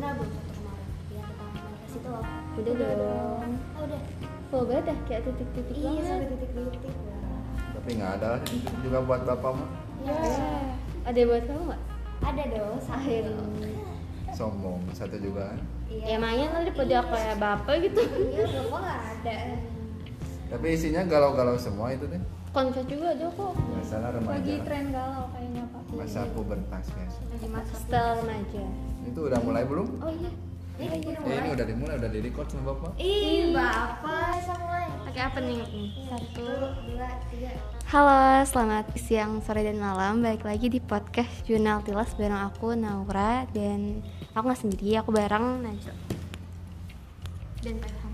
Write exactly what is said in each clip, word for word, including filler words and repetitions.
Indra belum satu kemarin yang tentang manifest itu loh. Udah dong. Oh, udah. Full banget dah kayak titik-titik Iya banget. sampai titik-titik lah. Tapi nggak ada juga buat bapak mah. Iya. Ada buat kamu nggak? Ada dong. Satu. Akhirnya. Sombong satu juga kan. Iya. Ya emangnya lo daripada kayak bapak gitu. Iya, bapak nggak ada. Tapi isinya galau-galau semua itu deh. Konfet juga ada kok. Biasalah remaja. Lagi tren galau kayaknya Pak. Masa pubertas biasa. Lagi masak. Style remaja. Itu udah mulai belum? Oh iya. Ini udah Eh, mulai. ini udah dimulai, udah di record sama bapak. Ih, bapak sama mulai. Pakai apa nih? Satu. Satu, dua, tiga. Halo, selamat siang, sore, dan malam. Balik lagi di podcast Jurnal Tilas bareng aku Naura. Dan aku nggak sendiri, aku bareng Najla dan Pak Ilham.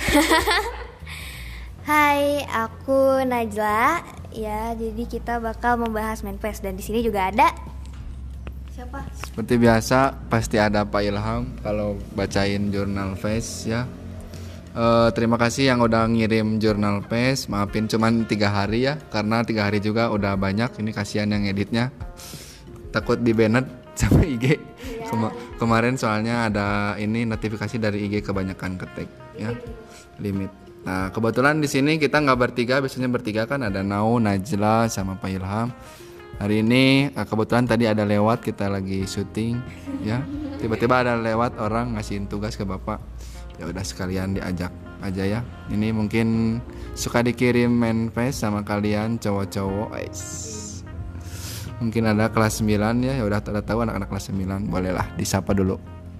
Hai, aku Najla. Ya, jadi kita bakal membahas Manifest dan di sini juga ada siapa? Seperti biasa pasti ada Pak Ilham kalau bacain jurnal face ya. Eh, terima kasih yang udah ngirim jurnal face. Maafin cuman tiga hari ya, karena tiga hari juga udah banyak. Ini kasihan yang editnya. Takut di banned sama I G. Kema- kemarin soalnya ada ini notifikasi dari I G kebanyakan ketik ya. Limit. Nah kebetulan di sini kita nggak bertiga, biasanya bertiga kan ada Nau, Najla sama Pak Ilham. Hari ini kebetulan tadi ada lewat, kita lagi syuting ya. Tiba-tiba ada lewat orang ngasihin tugas ke bapak. Ya udah sekalian diajak aja ya. Ini mungkin suka dikirim manifest sama kalian cowok-cowok. Ais. Mungkin ada kelas sembilan ya. Ya udah tahu anak-anak kelas sembilan. Bolehlah disapa dulu.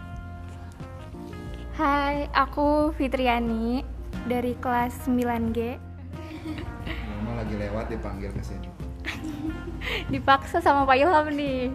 Hai, aku Fitriani dari kelas sembilan G. Mama lagi lewat dipanggil ke sini. Dipaksa sama Pak Ilham nih.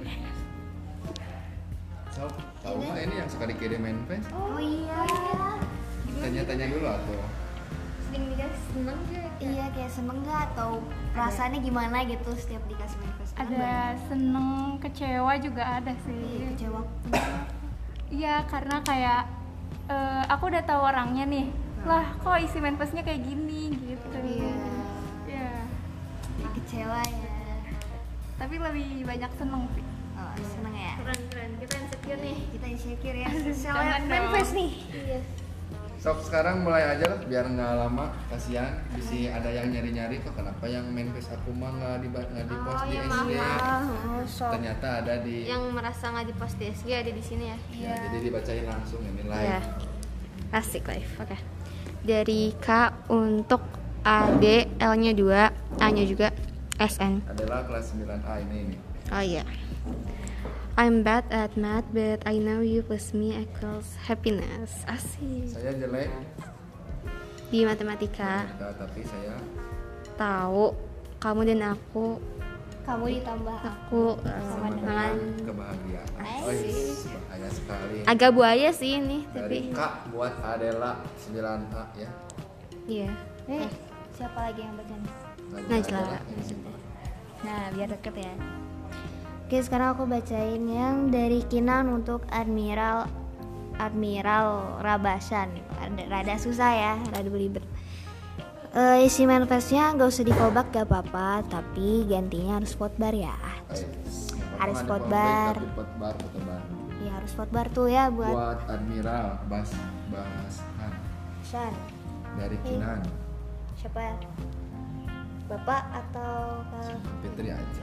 So, tahu nggak ini yang suka dikirim manifest? Oh iya. Tanya-tanya dulu atau Sering dikasih seneng gak? Iya, kayak seneng nggak atau perasaannya gimana gitu setiap dikasih Manifest? Kan Ada seneng, kecewa juga ada banyak. Iya, sih. kecewa. Iya, karena kayak eh, aku udah tahu orangnya nih. Lah, kok isi manifestnya kayak gini gitu. Iya. Iya. Kecewa ya. Tapi lebih banyak seneng sih. Oh, seneng ya. Keren-keren, kita insecure nih. Kita insecure ya. Jangan Seleb dong. Manifest nih. Iya. Sok sekarang mulai aja lah biar nggak lama, kasihan bisa ada yang nyari-nyari kok kenapa yang manifest aku mah nggak di nggak di post Oh, di ya, S maaf, G. maaf. Oh, so. Ternyata ada di Yang merasa nggak di post di S G ada di sini ya. ya, jadi dibacain langsung ini live. Iya. Asik live. Oke. Dari K untuk A D, L-nya dua, A-nya juga S N. Adalah kelas sembilan A ini ini. Oh iya. I'm bad at math, but I know you plus me equals happiness. Asik. Saya jelek Di matematika, ya, tapi saya tahu kamu dan aku, Kamu ditambah aku eh, sama dengan dengan kebahagiaan. Oh, bahaya sekali. agak buaya sih ini, Dari tapi K buat Adela sembilan A ya. iya. Eh, siapa lagi yang baca nih? Lagi Najla. Adela, ini siapa? Nah, biar deket ya. Oke, sekarang aku bacain yang dari Kinan untuk Admiral Admiral Rabasan. Ada rada susah ya, rada belibet. Eh, isi manifestnya gak usah dikobak gak apa-apa, tapi gantinya harus spot bar ya. Ais. Harus Nggak spot apa-apa, bar. tapi spot bar foto bar. Iya, harus spot bar tuh ya buat Buat Admiral Bas Basan Shan. dari Kinan. Siapa ya? Bapak atau Kak? Fitri aja.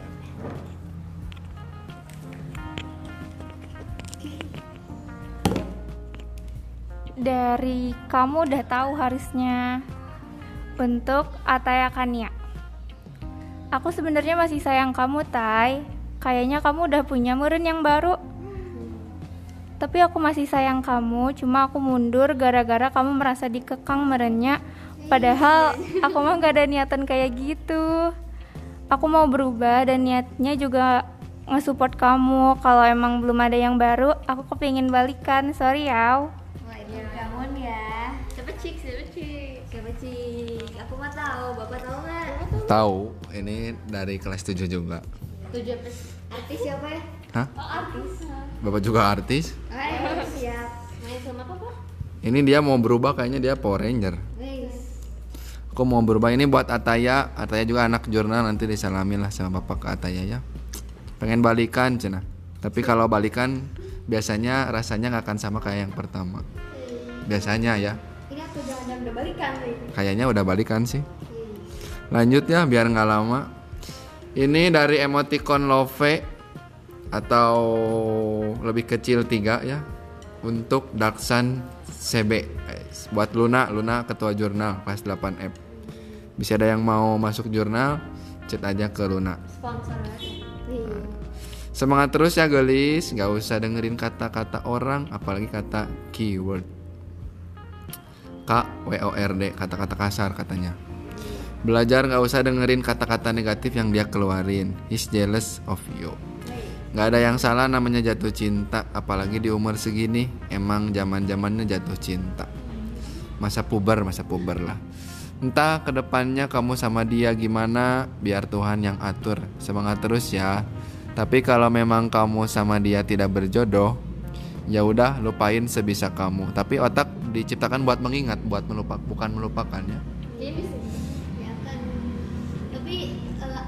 Dari kamu udah tahu harusnya. Bentuk Ataya Kania. Aku sebenarnya masih sayang kamu, Tai. Kayaknya kamu udah punya meren yang baru. Tapi aku masih sayang kamu, cuma aku mundur gara-gara kamu merasa dikekang merennya. Padahal aku mah gak ada niatan kayak gitu. Aku mau berubah dan niatnya juga nge-support kamu. Kalau emang belum ada yang baru, aku kepingin balikan. Sorry ya. Wah, itu bangun ya. Siapa cik? Siapa cik? Siapa cik? Aku mah tahu, Bapak tahu nggak? Tahu, ini dari kelas tujuh juga. Tujuh apa sih? Artis siapa ya? Hah? Oh artis. Bapak juga artis? Eh, siap. Main sama apa pak? Ini dia mau berubah, kayaknya dia Power Ranger. Guys. Aku mau berubah, ini buat Ataya. Ataya juga anak jurnal, nanti disalamin lah sama bapak ke Ataya ya. Pengen balikan cina. Tapi kalau balikan biasanya rasanya nggak akan sama kayak yang pertama. Biasanya ya. Ini aku jangan udah balikan nih. Kayaknya udah balikan sih. Lanjut ya biar nggak lama. Ini dari emoticon love atau lebih kecil tiga ya. Untuk Daksan C B. Buat Luna, Luna ketua jurnal kelas delapan F. Bisa ada yang mau masuk jurnal, chat aja ke Luna. Sponsor aja. Nah, semangat terus ya gelis, nggak usah dengerin kata-kata orang, apalagi kata keyword. K W O R D, kata-kata kasar katanya. Belajar nggak usah dengerin kata-kata negatif yang dia keluarin. He's jealous of you. Nggak ada yang salah namanya jatuh cinta, apalagi di umur segini. Emang zaman-zamannya jatuh cinta. Masa puber, masa puber lah. Entah kedepannya kamu sama dia gimana, biar Tuhan yang atur. Semangat terus ya. Tapi kalau memang kamu sama dia tidak berjodoh, ya udah lupain sebisa kamu. Tapi otak diciptakan buat mengingat, buat melupak, bukan melupakan ya. Jadi bisa kelihatan. Tapi uh,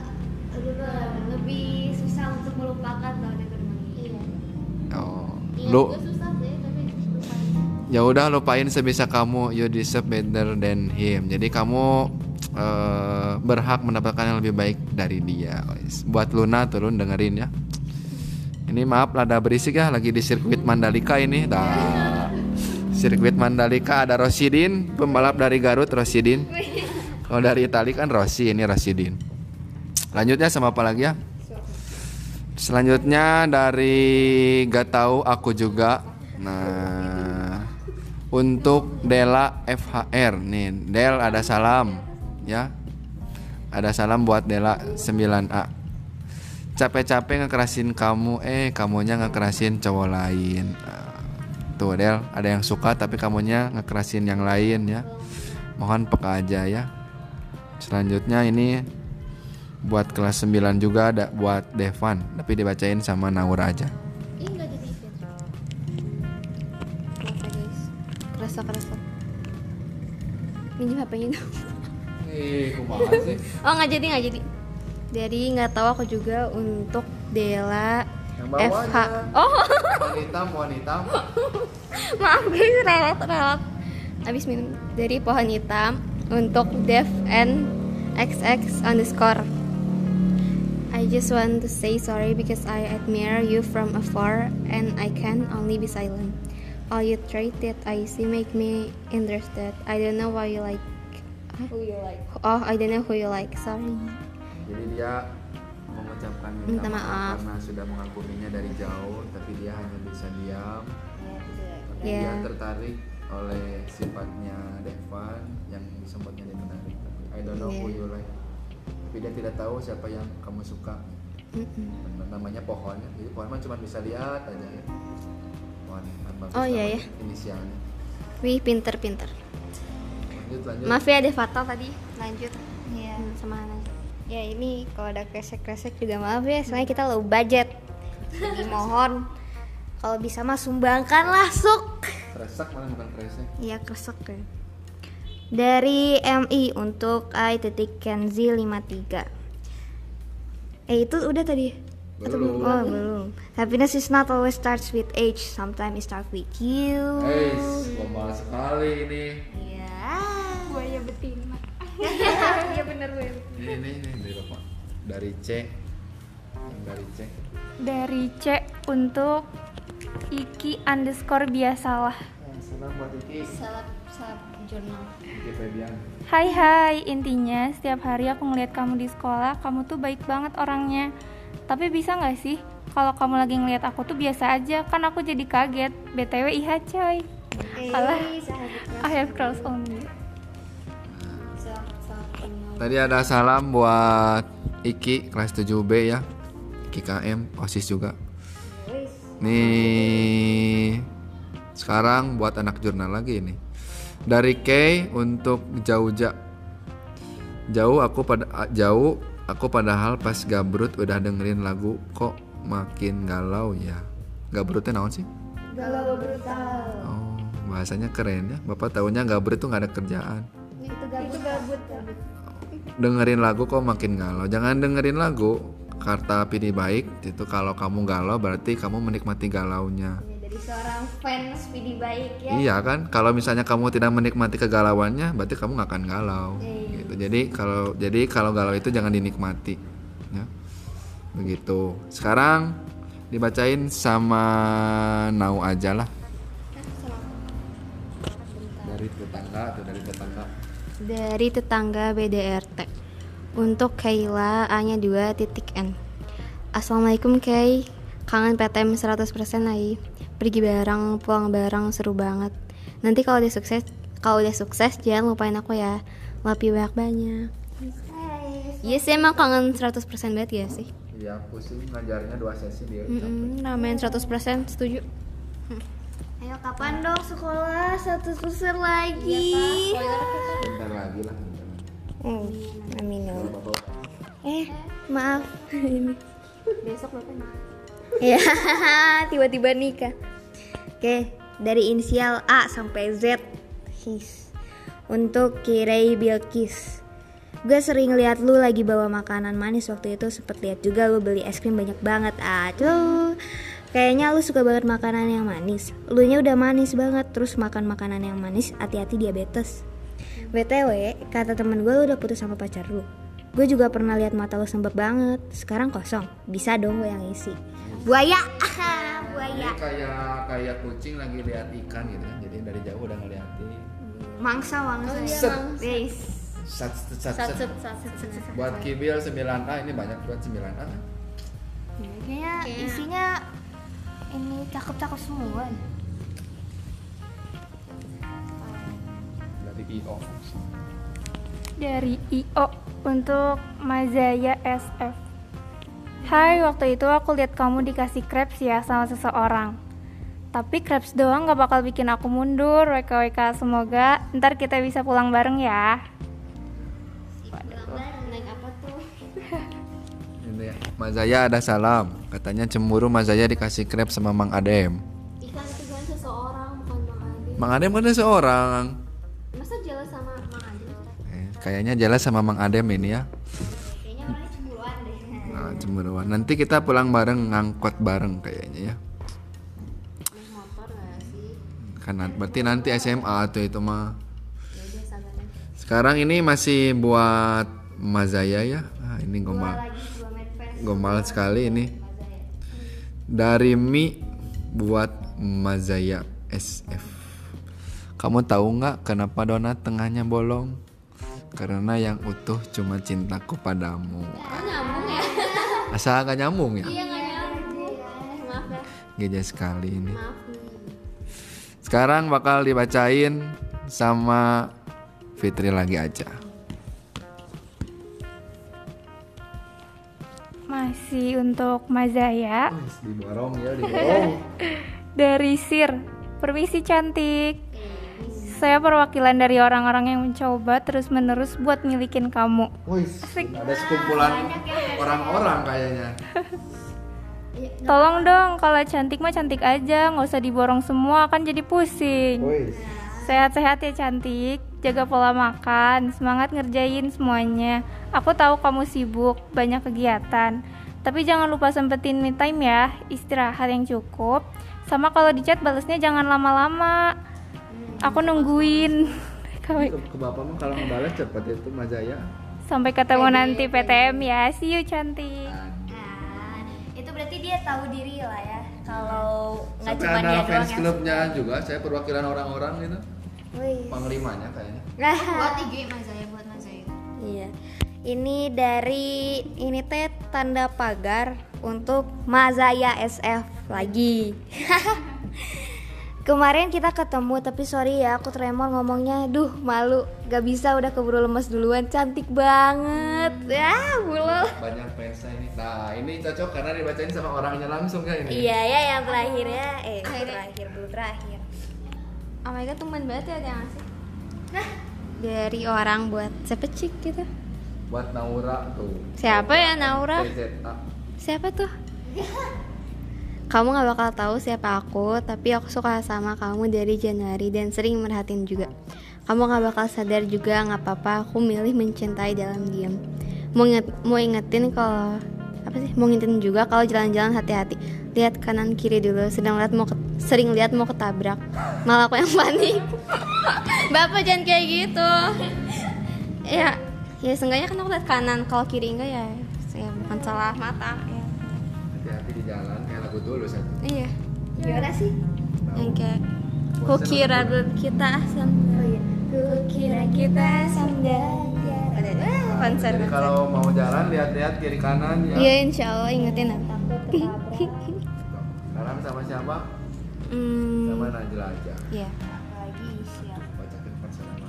lebih susah untuk melupakan kalau dia mengingat. Iya. Oh, Ingat lu juga susah sih, tapi lupain. ya udah lupain sebisa kamu. You deserve better than him. Jadi kamu uh, berhak mendapatkan yang lebih baik dari dia. Buat Luna turun dengerin ya. Ini maaf rada berisik ya, lagi di sirkuit Mandalika ini. Dah. Sirkuit Mandalika ada Rosidin, pembalap dari Garut Rosidin. Kalau dari Itali kan Rossi, ini Rosidin. Lanjutnya sama apa lagi ya? Selanjutnya dari gak tahu aku juga. Nah, untuk Dela F H R nih, Del ada salam ya. Ada salam buat Dela sembilan A. Capek-capek ngekerasin kamu, eh kamunya ngekerasin cowok lain. Tuh Del, ada yang suka tapi kamunya ngekerasin yang lain ya. Mohon peka aja ya. Selanjutnya ini buat kelas sembilan juga ada buat Devan, tapi dibacain sama Naura aja. Ih, nggak jadi fit. Maaf ya guys, kerasa kerasa. Minjem H P-nya dong. Eh, kumaha sih? Oh nggak jadi nggak jadi. Dari nggak tahu aku juga untuk Dela Yang F H. bawahnya. Oh Pohon hitam, pohon hitam. maaf guys, relat relat. Abis minum dari pohon hitam untuk Dev and X X underscore. I just want to say sorry because I admire you from afar and I can only be silent. All you trait that I see make me interested. I don't know why you like. Who you like? Oh, I don't know who you like. Sorry. Jadi dia mengucapkan minta, Minta maaf, maaf. karena sudah mengaguminya dari jauh, tapi dia hanya bisa diam. Tapi Iya. dia tertarik oleh sifatnya Devan yang disebutnya dia menarik. Tapi I don't know who Iya. you like. Tapi dia tidak tahu siapa yang kamu suka. Mm-mm. Namanya pohon. Jadi pohon mah cuma bisa lihat aja ya. Pohon tanpa Oh, bisa iya, tahu ya. inisialnya. Wih, pinter-pinter. Lanjut lanjut. Maaf ya ada fatal tadi. Lanjut. Iya. Hmm, sama Hana. Ya ini kalau ada kresek-kresek juga maaf ya, soalnya kita low budget. Jadi mohon kalau bisa mah sumbangkan lah suk. Kresek mana bukan kresek. Iya kresek ya. Dari M I untuk I titik Kenzi lima tiga. Eh itu udah tadi. Atau Belum. Oh belum. Happiness is not always starts with age, sometimes it starts with you. Hey, global sekali ini. Iya. Buaya betina. Iya bener gue. Ini ini ini dari Bapak. Dari C. Yang dari C. Dari C untuk Iki underscore biasalah. Salam buat Iki. Salam salam jurnal. Iki Febian. Hai hai, intinya setiap hari aku ngeliat kamu di sekolah, kamu tuh baik banget orangnya. Tapi bisa gak sih kalau kamu lagi ngeliat aku tuh biasa aja, kan aku jadi kaget. B T W iha coy. Alah, I have crush on you. Tadi ada salam buat Iki kelas tujuh B ya. Iki K M, OSIS juga. Nih sekarang buat anak jurnal lagi nih. Dari K untuk jauh ja. Jauh aku pada jauh aku padahal pas gabrut udah dengerin lagu kok makin galau ya. Gabrutnya naon sih? Galau brutal. Oh, bahasanya keren ya. Bapak tahunya gabrut tuh nggak ada kerjaan. Itu gabut gabut. Dengerin lagu kok makin galau. Jangan dengerin lagu. Kata Pidi baik itu kalau kamu galau berarti kamu menikmati galaunya. Jadi seorang fans Speedy baik ya. Iya kan, kalau misalnya kamu tidak menikmati kegalauannya, berarti kamu nggak akan galau. Iya. Gitu. Jadi kalau jadi kalau galau itu jangan dinikmati, ya. Begitu. Sekarang dibacain sama Nau aja lah. Dari tetangga atau dari tetangga? Dari tetangga B D R T. Untuk Kayla, A-nya dua titik N. Assalamualaikum Kay. Kangen P T M seratus persen lagi. Pergi bareng, pulang bareng, seru banget. Nanti kalau udah sukses, kalau udah sukses jangan lupain aku ya. Lebih banyak-banyak. Iya sih emang kangen seratus persen banget ya sih. Iya, pusing ngajarnya dua sesi dia. Mm-mm, ramen seratus persen setuju. Ayo kapan dong sekolah seratus persen lagi? Bentar lagi lah. Hmm, amin ya. Bapak. Eh, maaf. Besok bapak nikah. Ya, tiba-tiba nikah. Oke, dari inisial A sampai Z. His. Untuk Kirei Bilkis. Gue sering lihat lu lagi bawa makanan manis waktu itu, sempet lihat juga lu beli es krim banyak banget. Aduh. Kayaknya lu suka banget makanan yang manis. Lu nya udah manis banget, terus makan makanan yang manis, hati-hati diabetes. B T W, kata temen gue lu udah putus sama pacar lu. Gue juga pernah lihat mata lu sembab banget. Sekarang kosong, bisa dong gue yang isi. Buaya, buaya. Ini kayak kayak kucing lagi lihat ikan gitu kan. Jadi dari jauh udah ngeliatin. Mangsa, mangsa. Set. Yes. Sat sat sat. Sat, sat, sat, sat, sat. Buat Kibil sembilan A ini banyak buat sembilan A. Kayaknya isinya ini cakep-cakep semua. Dari I O. Dari I O untuk Mazaya S F. Hai, waktu itu aku lihat kamu dikasih crepes ya sama seseorang. Tapi crepes doang gak bakal bikin aku mundur. W K W K, semoga ntar kita bisa pulang bareng ya. Naik apa tuh? Ini Mazaya ada salam. Katanya cemburu Mazaya dikasih krep sama Mang Adem. Ikan itu kan seseorang, bukan Mang Ade. Mang Adem kan ada seorang. Masa jelas sama Mang Ade? Eh, kayaknya jelas sama Mang Adem ini ya. Kayaknya orangnya cemburuan deh. Nah, cemburuan. Nanti kita pulang bareng, ngangkot bareng kayaknya ya. Naik motor gak sih? Kan berarti nanti S M A tuh itu mah. Ya udah sabaran. Sekarang ini masih buat Mazaya ya. Ah, ini gombal. Lagi dua med fans. Gombal sekali ini. Dari Mi buat Mazaya S F. Kamu tahu nggak kenapa donat tengahnya bolong? Karena yang utuh cuma cintaku padamu. Nyambung ya? Asa agak nyambung ya? Iya gak nyambung. Maaf ya. Geja sekali ini. Maaf nih. Sekarang bakal dibacain sama Fitri lagi aja. Masih untuk Mazaya. Diborong ya, diborong. Dari Sir. Permisi cantik. Saya perwakilan dari orang-orang yang mencoba terus-menerus buat milikin kamu. Wih, ada sekumpulan orang-orang kayaknya. Tolong dong, kalau cantik mah cantik aja, nggak usah diborong semua, kan jadi pusing. Wih. Sehat-sehat ya cantik, jaga pola makan, semangat ngerjain semuanya. Aku tahu kamu sibuk, banyak kegiatan, tapi jangan lupa sempetin me time ya, istirahat yang cukup. Sama kalau di chat balesnya jangan lama-lama. Aku nungguin. Ke, ke bapak mah kalau ngebales cepet itu Mazaya. Sampai ketemu nanti P T M ya, see you cantik. Nah, itu berarti dia tahu diri lah ya. Kalau nggak Sampai cuma ada dia doang fans yang clubnya juga, saya perwakilan orang-orang gitu. Wih. Panglimanya kayaknya. Buat I G Mas Zaya, buat Mas Zaya. Iya. Ini dari ini teh tanda pagar untuk Mazaya S F lagi. Kemarin kita ketemu tapi sorry ya aku tremor ngomongnya. Duh malu, gak bisa udah keburu lemes duluan. Cantik banget. Ya bulol. Banyak fansnya ini. Nah ini cocok karena dibacain sama orangnya langsung kan ini. Iya ya yang terakhir ya. Eh terakhir belum terakhir. Oh my god, teman banget ya ada yang ngasih. Dari orang buat siapa cik gitu? Buat Naura tuh. Siapa ya Naura? T Z A. Siapa tuh? Kamu gak bakal tahu siapa aku, tapi aku suka sama kamu dari Januari dan sering merhatiin juga. Kamu gak bakal sadar juga, gak apa-apa, aku milih mencintai dalam diam. Mau, inget, mau ingetin kalau apa sih? Mau ingetin juga kalau jalan-jalan hati-hati. Lihat kanan kiri dulu, sedang lihat mau ke, sering lihat mau ketabrak, malah aku yang panik. Bapak jangan kayak gitu. Ya, ya seenggaknya kan aku lihat kanan, kalau kiri enggak ya saya bukan salah mata ya. Hati-hati di jalan kayak lagu dulu satu. Iya, Gimana sih? yang kayak kukira dulu kita asam. Oh iya. Kukira kita sampai Konser. Jadi kalau mau jalan lihat-lihat kiri kanan ya. Iya, insya Allah ingetin aku. Sekarang sama siapa? Hmm, Sama Najla aja. iya. lagi siap. Bacakin persoalan.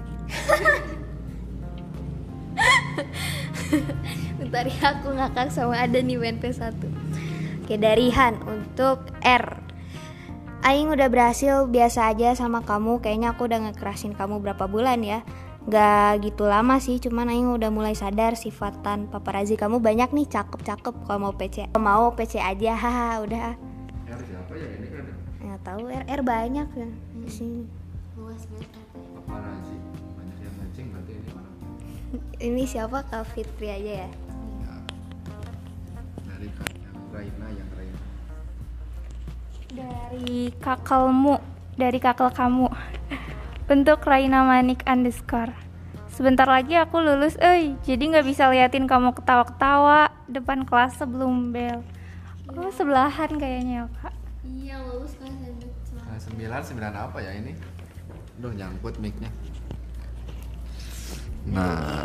Bentar ya, aku ngakak sama ada nih W N P satu. Oke, dari Han untuk R. Aing udah berhasil biasa aja sama kamu. Kayaknya aku udah ngekerasin kamu berapa bulan ya. Gak gitu lama sih, cuman Aing udah mulai sadar sifatan paparazi kamu banyak nih, cakep-cakep. Kalau mau P C, mau P C aja, haha, udah. R siapa ya ini kan? Nggak tahu, R, R banyak ya di sini. Paparazi. Banyak yang matching berarti ini orang. Ini siapa? Kak Fitri aja ya. Ya. Dari Kak yang Raina yang Raina. Dari kakelmu, dari kakel kamu. Untuk Raina Manik underscore. Sebentar lagi aku lulus, eh, jadi nggak bisa liatin kamu ketawa-ketawa depan kelas sebelum bel. Oh, sebelahan kayaknya, Kak. Iya, lulus kan Kelas sembilan, sembilan apa ya ini? Duh, nyangkut mic-nya. Nah.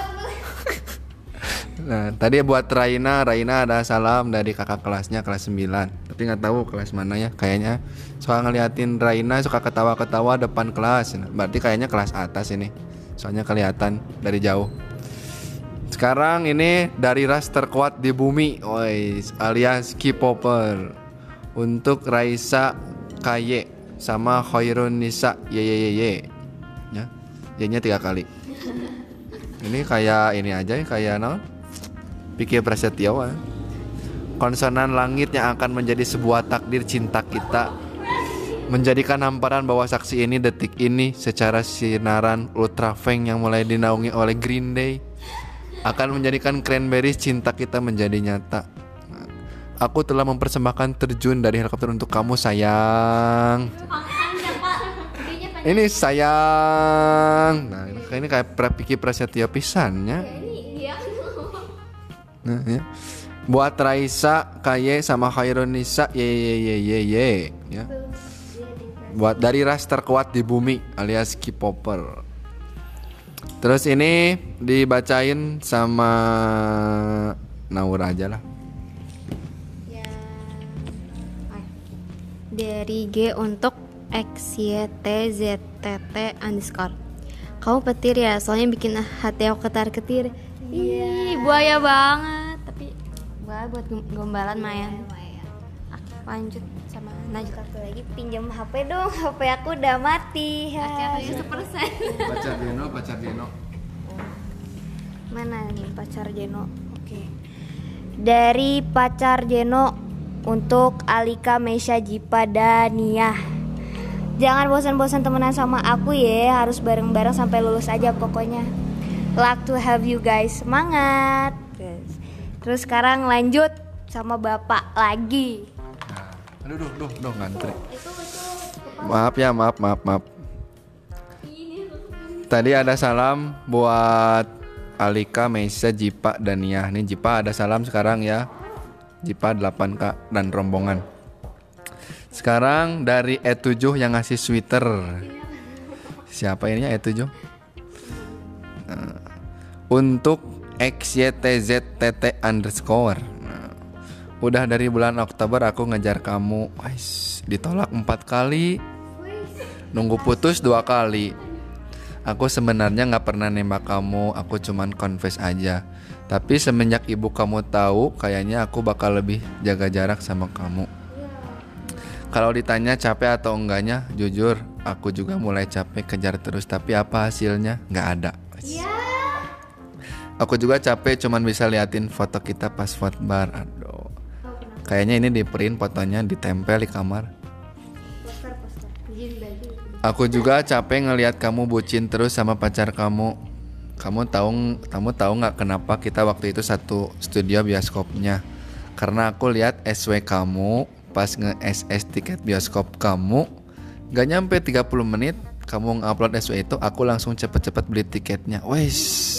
Nah, tadi buat Raina, Raina ada salam dari kakak kelasnya kelas sembilan. Tapi nggak tahu kelas mana ya. Kayaknya soal ngeliatin Raina suka ketawa-ketawa depan kelas. Nah, berarti kayaknya kelas atas ini. Soalnya kelihatan dari jauh. Sekarang ini dari ras terkuat di bumi, oi, alias K-popper. Untuk Raisa Kaye sama Khairun Nisa ye ye ye ye. Ya. Y-nya tiga kali. Ini kayak ini aja ya, kayak naon? Pikir Prasetyo. Konsonan langit yang akan menjadi sebuah takdir cinta kita, menjadikan hamparan bahwa saksi ini detik ini secara sinaran ultra feng yang mulai dinaungi oleh Green Day akan menjadikan Cranberries cinta kita menjadi nyata. Aku telah mempersembahkan terjun dari helikopter untuk kamu sayang. Ini sayang. Nah, ini kayak Pikir Prasetyo pisannya. Nah, ya. Buat Raisa, Kaye sama Khairun Nisa, ye ye ye ye ye, ya. Buat dari ras terkuat di bumi alias K-popper. Terus ini dibacain sama Naur aja lah. Ya. Dari G untuk X Y T Z T T underscore. Kamu petir ya, soalnya bikin hati aku ketar-ketir. Ih, buaya banget. Tapi buaya buat gombalan Mayan. Lanjut sama Najla. Satu lagi, pinjam H P dong. H P aku udah mati. Baterainya sepersen. Pacar Deno, pacar Deno. Mana nih pacar Jeno? Oke. Dari pacar Jeno untuk Alika, Mesya, Jipa, dan Nia. Jangan bosan-bosan temenan sama aku ya, harus bareng-bareng sampai lulus aja pokoknya. Like to have you guys, semangat. Terus sekarang lanjut sama Bapak lagi. Nah, aduh, duh, duh, duh, ngantri. Maaf ya, maaf, maaf, maaf. Tadi ada salam buat Alika, Mesya, Jipa, dan Nia. Nih Jipa ada salam sekarang ya. Jipa delapan K dan rombongan. Sekarang dari E tujuh yang ngasih sweater. Siapa ini E tujuh? Nah, untuk X Y T Z T T underscore. Nah, udah dari bulan Oktober aku ngejar kamu. Wais, ditolak empat kali. Nunggu putus dua kali. Aku sebenarnya nggak pernah nembak kamu, aku cuman confess aja. Tapi semenjak ibu kamu tahu, kayaknya aku bakal lebih jaga jarak sama kamu. Kalau ditanya capek atau enggaknya, jujur aku juga mulai capek kejar terus. Tapi apa hasilnya? Nggak ada. Aku juga capek cuman bisa liatin foto kita pas foto bar. Aduh. Kayaknya ini di print fotonya, ditempel di kamar. Aku juga capek ngelihat kamu bucin terus sama pacar kamu. Kamu tahu, kamu tahu nggak kenapa kita waktu itu satu studio bioskopnya? Karena aku lihat S W kamu pas nge-S S tiket bioskop kamu, gak nyampe tiga puluh menit kamu ngupload S W itu, aku langsung cepet-cepet beli tiketnya. Wes.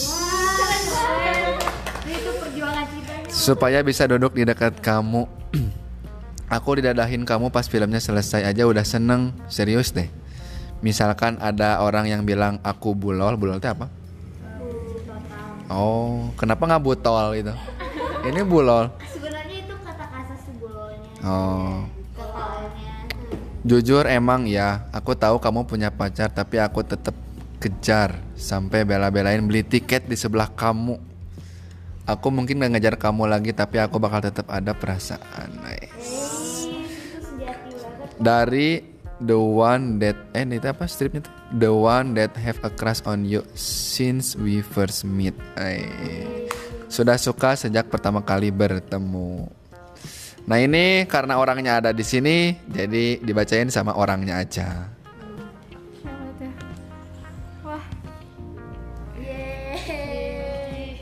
Itu perjuangan citanya. Supaya bisa duduk di dekat kamu. Aku didadahin kamu pas filmnya selesai aja udah seneng. Serius deh. Misalkan ada orang yang bilang aku bulol, bulol itu apa? Oh, kenapa nggak butol itu? Ini bulol. Sebenarnya itu kata kasar sebulolnya. Oh. Katanya. Jujur emang ya, aku tahu kamu punya pacar tapi aku tetap kejar sampai bela-belain beli tiket di sebelah kamu. Aku mungkin gak ngejar kamu lagi tapi aku bakal tetap ada perasaan. Nice. Dari the one that eh itu apa stripnya tuh? The one that have a crush on you since we first meet. Ay. Sudah suka sejak pertama kali bertemu. Nah ini karena orangnya ada di sini, jadi dibacain sama orangnya aja. Siapa tuh? Wah, Yeay.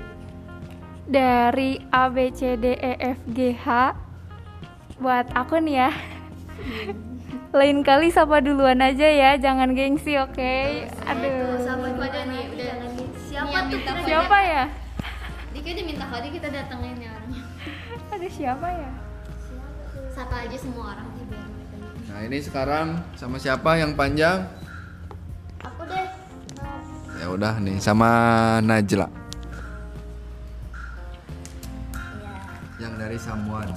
dari A B C D E F G H buat aku nih ya. Lain kali sapa duluan aja ya, jangan gengsi, oke? Aduh. Sama aja nih, udah Siapa Nih, tuh? minta kode. Siapa ya? Dika diminta kode kita datengin ya orangnya. Ada siapa ya? Sapa aja semua orang sih biar mereka. Nah ini sekarang sama siapa yang panjang? Aku deh. Ya udah nih sama Najla. Iya. Yang dari Samuan.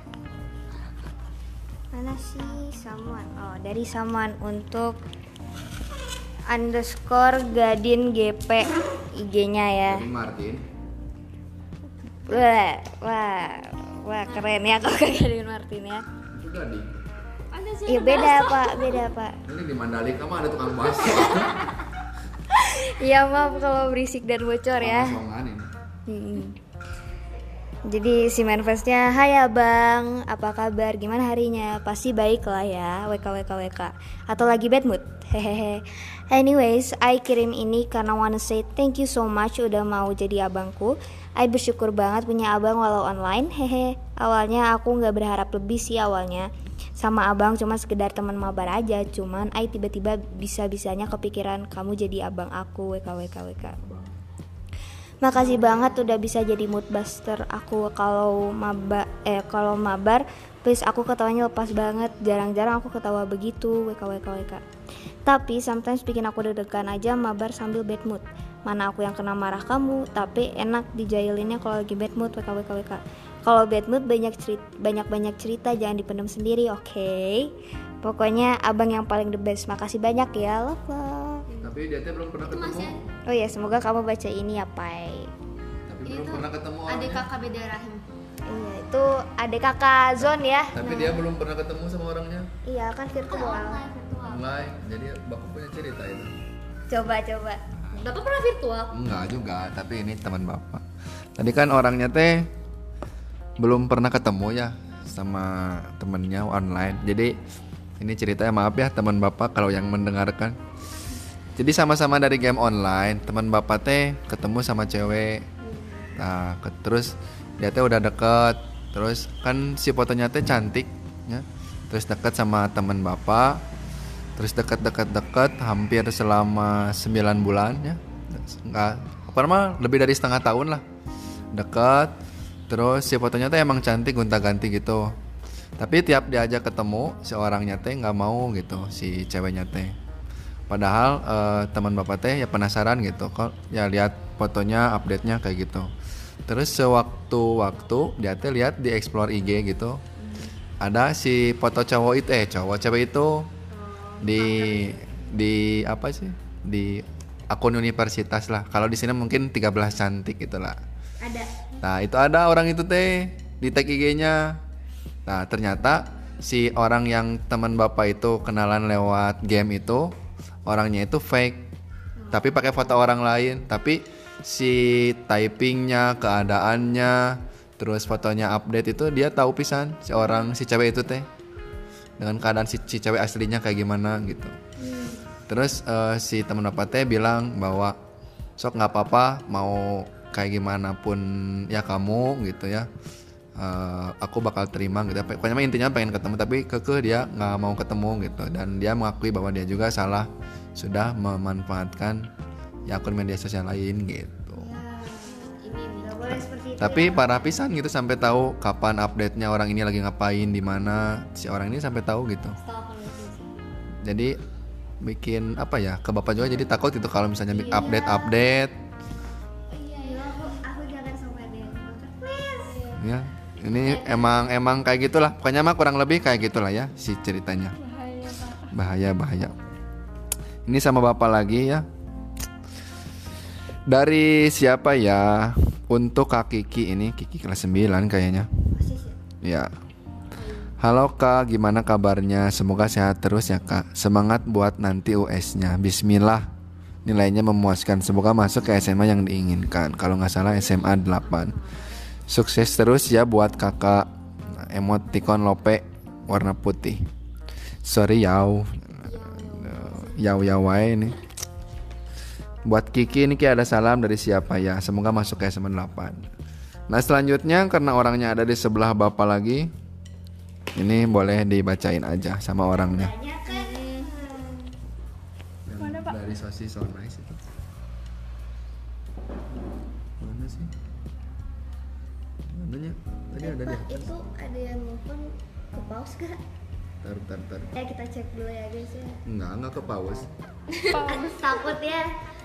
Mana sih Samuan? Oh, dari Samuan untuk underscore Gadin G P I G-nya ya. Dari Martin. Wah, wah, wah keren ya kalau Gadin Martin ya. Itu Gading. Iya beda pak, beda pak. Ini di Mandalika mah ada tukang bakso. Iya maaf kalau berisik dan bocor ya. Kosongan ini. Hmm. Jadi si manifestnya, hai abang, apa kabar, gimana harinya? Pasti baik lah ya, W K W K W K. Atau lagi bad mood, hehehe. Anyways, I kirim ini karena wanna say thank you so much udah mau jadi abangku. I bersyukur banget punya abang walau online, hehe. Awalnya aku gak berharap lebih sih awalnya sama abang, cuma sekedar teman mabar aja. Cuman I tiba-tiba bisa-bisanya kepikiran kamu jadi abang aku, W K W K W K. Makasih banget udah bisa jadi mood buster aku kalau maba eh kalau mabar. Please aku ketawanya lepas banget. Jarang-jarang aku ketawa begitu. W K W K W K. Tapi sometimes bikin aku deg-degan aja mabar sambil bad mood. Mana aku yang kena marah kamu, tapi enak dijailinnya kalau lagi bad mood. W K W K W K. Kalau bad mood banyak cerita, banyak-banyak cerita, jangan dipendam sendiri, oke? Okay? Pokoknya abang yang paling the best. Makasih banyak ya, love love. Tapi dia teh belum pernah ketemu. Oh ya, semoga kamu baca ini ya, Pai. Tapi Ini belum tuh pernah ketemu Adik orangnya. kakak beda rahim. Iya, itu adik kakak Zon ya. Tapi dia belum pernah ketemu sama orangnya. Iya, kan virtual. Online virtual. Online. Jadi bapak punya cerita itu. Coba coba. Bapak pernah virtual? Enggak juga, tapi ini teman bapak. Tadi kan orangnya teh belum pernah ketemu ya sama temennya online. Jadi ini ceritanya, maaf ya teman bapak kalau yang mendengarkan. Jadi sama-sama dari game online, teman bapak teh ketemu sama cewek. Nah, ke, terus dia teh udah deket. Terus kan si fotonya teh cantik ya. Terus deket sama teman bapak. Terus deket-deket-deket hampir selama sembilan bulan ya. Enggak, apa namanya, lebih dari setengah tahun lah. Deket. Terus si fotonya teh emang cantik, gonta-ganti gitu. Tapi tiap diajak ketemu si orangnya teh nggak mau gitu, si ceweknya teh. Padahal eh, teman bapak teh ya penasaran gitu, kok ya lihat fotonya, update-nya kayak gitu. Terus sewaktu-waktu dia teh lihat di explore I G gitu, ada si foto cowok itu eh cowok cewek itu di di apa sih, di akun universitas lah. Kalau di sini mungkin tiga belas cantik gitulah. Ada. Nah itu ada orang itu teh di tag I G-nya. Nah ternyata si orang yang teman bapak itu kenalan lewat game itu, orangnya itu fake, tapi pakai foto orang lain. Tapi si typingnya, keadaannya, terus fotonya update itu dia tahu pisan si orang si cewek itu teh dengan keadaan si, si cewek aslinya kayak gimana gitu. Terus uh, si teman bapak teh bilang bahwa sok nggak apa-apa mau kayak gimana pun ya kamu gitu ya, uh, aku bakal terima gitu. Pokoknya intinya pengen ketemu tapi kekeh dia nggak mau ketemu gitu, dan dia mengakui bahwa dia juga salah sudah memanfaatkan ya akun media sosial lain gitu. Nggak boleh seperti itu. Tapi parah pisan gitu sampai tahu kapan update-nya orang ini lagi ngapain di mana, si orang ini sampai tahu gitu. Jadi bikin apa ya, ke bapak juga jadi takut itu kalau misalnya Iya. update-update Iya, ya, aku aku jangan sampai ada yang nonton. Please. ya. Ini emang emang kayak gitulah. Pokoknya mah kurang lebih kayak gitulah ya si ceritanya. Bahaya bahaya. Ini sama bapak lagi ya. Dari siapa ya? Untuk Kak Kiki ini, Kiki kelas sembilan kayaknya. Ya. Halo Kak, gimana kabarnya? Semoga sehat terus ya Kak. Semangat buat nanti U S-nya. Bismillah. Nilainya memuaskan. Semoga masuk ke S M A yang diinginkan. Kalau nggak salah S M A delapan. Sukses terus ya buat kakak. Emoticon lope warna putih. Sorry yaw. Yaw yaw wae nih. Buat Kiki ini kayak ada salam dari siapa ya? Semoga masuk ke S M A delapan. Nah selanjutnya karena orangnya ada di sebelah bapak lagi, ini boleh dibacain aja sama orangnya. Yang dari sosis so nice itu. Mana sih? Mananya? Tadi ada Pak, di atas. itu ada yang nelfon ke pause gak? Tar tar tar. Ya kita cek dulu ya guys ya. Enggak, enggak ke pause. Takut ya.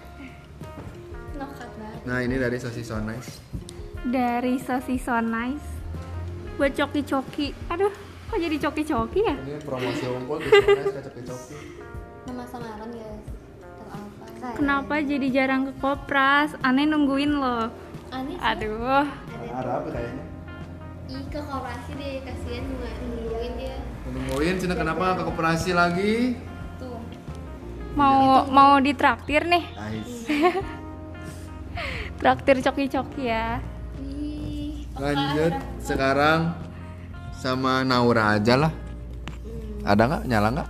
Nokat banget. Nah ini dari sosis so nice. Dari sosis so nice buat coki-coki. Aduh, kok jadi coki-coki ya? Ini promosi unggul di so nice kayak coki-coki. Nama samaran guys. Atau apa? Kenapa jadi jarang ke Kopras? Aneh nungguin loh. Aneh sih. Aduh, Arab kayaknya. Ih ke koperasi deh, kasihan nggak nungguin dia. Nungguin Cina kenapa ke koperasi lagi? Tuh. mau mau ditraktir nih. Nice. Traktir coki-coki ya. Ih. Lanjut sekarang sama Naura aja lah. Ada nggak? Nyala nggak?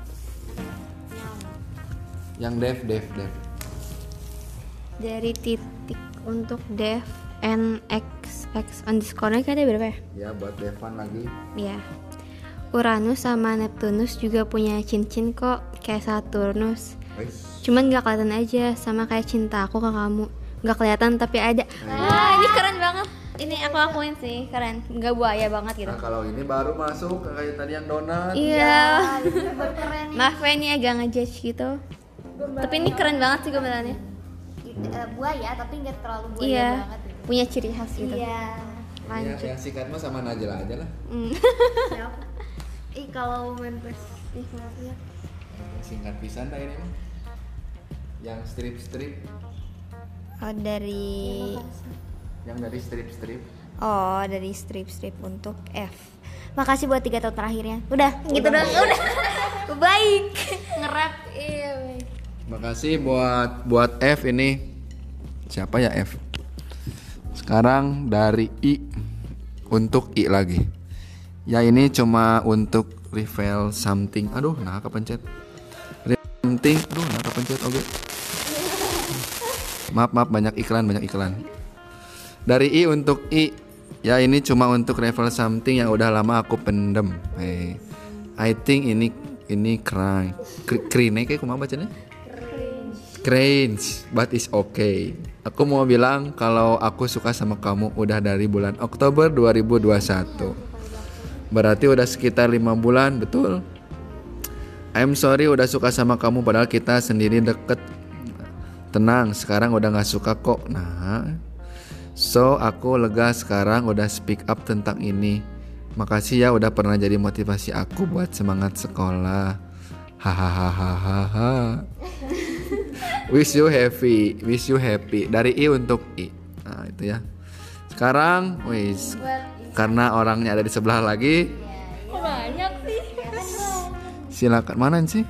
Yang Dev, Dev, Dev. Dari titik untuk dev n x x underscore-nya kan ada berapa ya? Ya buat Devan lagi. Ya. Uranus sama Neptunus juga punya cincin kok kayak Saturnus. Guys. Cuman gak kelihatan aja, sama kayak cinta aku ke kamu. Gak kelihatan tapi ada. Wah, ini keren banget. Ini aku akuin sih, keren. Gak buaya banget gitu. Nah kalau ini baru masuk kayak tadi yang donat. Iya. Keren nih. Maaf ya ini agak ngejudge gitu. Tapi ini keren banget sih gambarannya. Eh, buaya tapi nggak terlalu buaya Iya. banget gitu. Punya ciri khas gitu. Iya. Ya, yang singkat mah sama Najla aja lah. Hmm. Siapa? Ih kalau main pes. Ih maaf ya. Yang singkat pisan dah ini mah. Yang strip-strip, Oh dari yang dari strip-strip. Oh dari strip-strip untuk F. Makasih buat tiga tahun terakhirnya. Udah, gitu dong. Udah. Baik. Ngerap. Iya baik. Makasih buat buat F ini. Siapa ya F? Sekarang dari I untuk I lagi. Ya ini cuma untuk reveal something. Aduh, nah kepencet. Reveal something. Aduh, nah kepencet oke. Okay. Maaf maaf banyak iklan banyak iklan. Dari I untuk I. Ya ini cuma untuk reveal something yang udah lama aku pendem. Hey. I think ini ini cry. Krine kayak kumaha bacanya? Cringe, but it's okay. Aku mau bilang kalau aku suka sama kamu udah dari bulan Oktober dua ribu dua puluh satu. Berarti udah sekitar lima bulan, betul? I'm sorry udah suka sama kamu padahal kita sendiri deket. Tenang, sekarang udah gak suka kok. Nah, so aku lega sekarang udah speak up tentang ini. Makasih ya udah pernah jadi motivasi aku buat semangat sekolah. Hahaha. Wish you happy, wish you happy. Dari I untuk I. Nah itu ya. Sekarang, wis. Karena orangnya ada di sebelah lagi. Banyak sih. Silakan mana sih?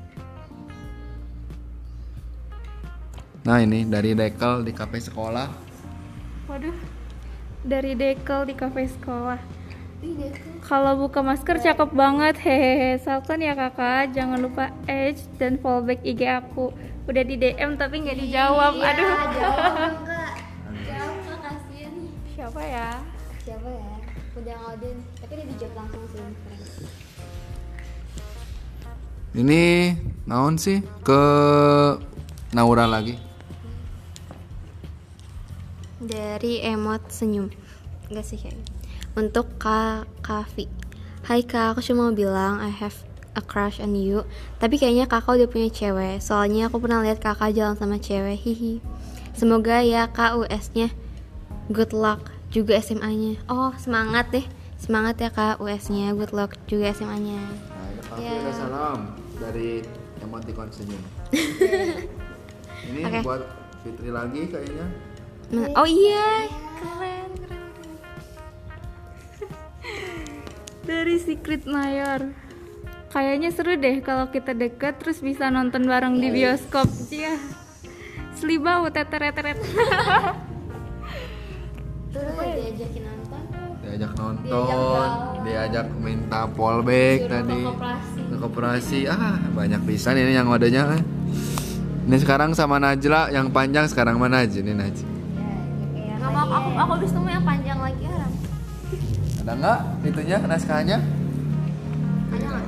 Nah ini dari Dekel di kafe sekolah. Waduh. Dari Dekel di kafe sekolah. Kalau buka masker cakep banget. Hehehe. Salton ya kakak. Jangan lupa edge dan fallback I G aku. Udah di D M tapi nggak dijawab. Aduh. Jawab enggak? Jawab makasih nih. Siapa ya? Siapa ya? Udah ngaudin, tapi dia dijawab langsung sih. Keren. Ini naon sih ke Naura lagi. Dari emot senyum. Enggak sih kayak. Untuk Kak Kavi. Hai Kak, aku cuma mau bilang I have a crush on you. Tapi kayaknya kakak udah punya cewek. Soalnya aku pernah lihat kakak jalan sama cewek. Hihi. Semoga ya Kak U S-nya good luck, juga S M A-nya. Oh, semangat deh. Semangat ya Kak U S-nya, good luck juga S M A-nya. Nah, Ya. ada salam dari emoticon senyum. Ini Oke. buat Fitri lagi kayaknya. Nah, oh iya, keren, keren, keren. Dari Secret Mayor. Kayaknya seru deh kalau kita deket terus bisa nonton bareng di bioskop. Iya. Selibau teteret-teret. Tuh diajakin nonton. Diajak nonton, diajak minta polback Suruh tadi. ke koperasi. Ke koperasi. Ah, banyak pisan ini yang wadahnya. Eh. Ini sekarang sama Najla yang panjang, sekarang mana aja nih Naj? Nggak mau, aku aku habis nemu yang panjang lagi Aram. Ada nggak itunya naskahnya? Ada nggak?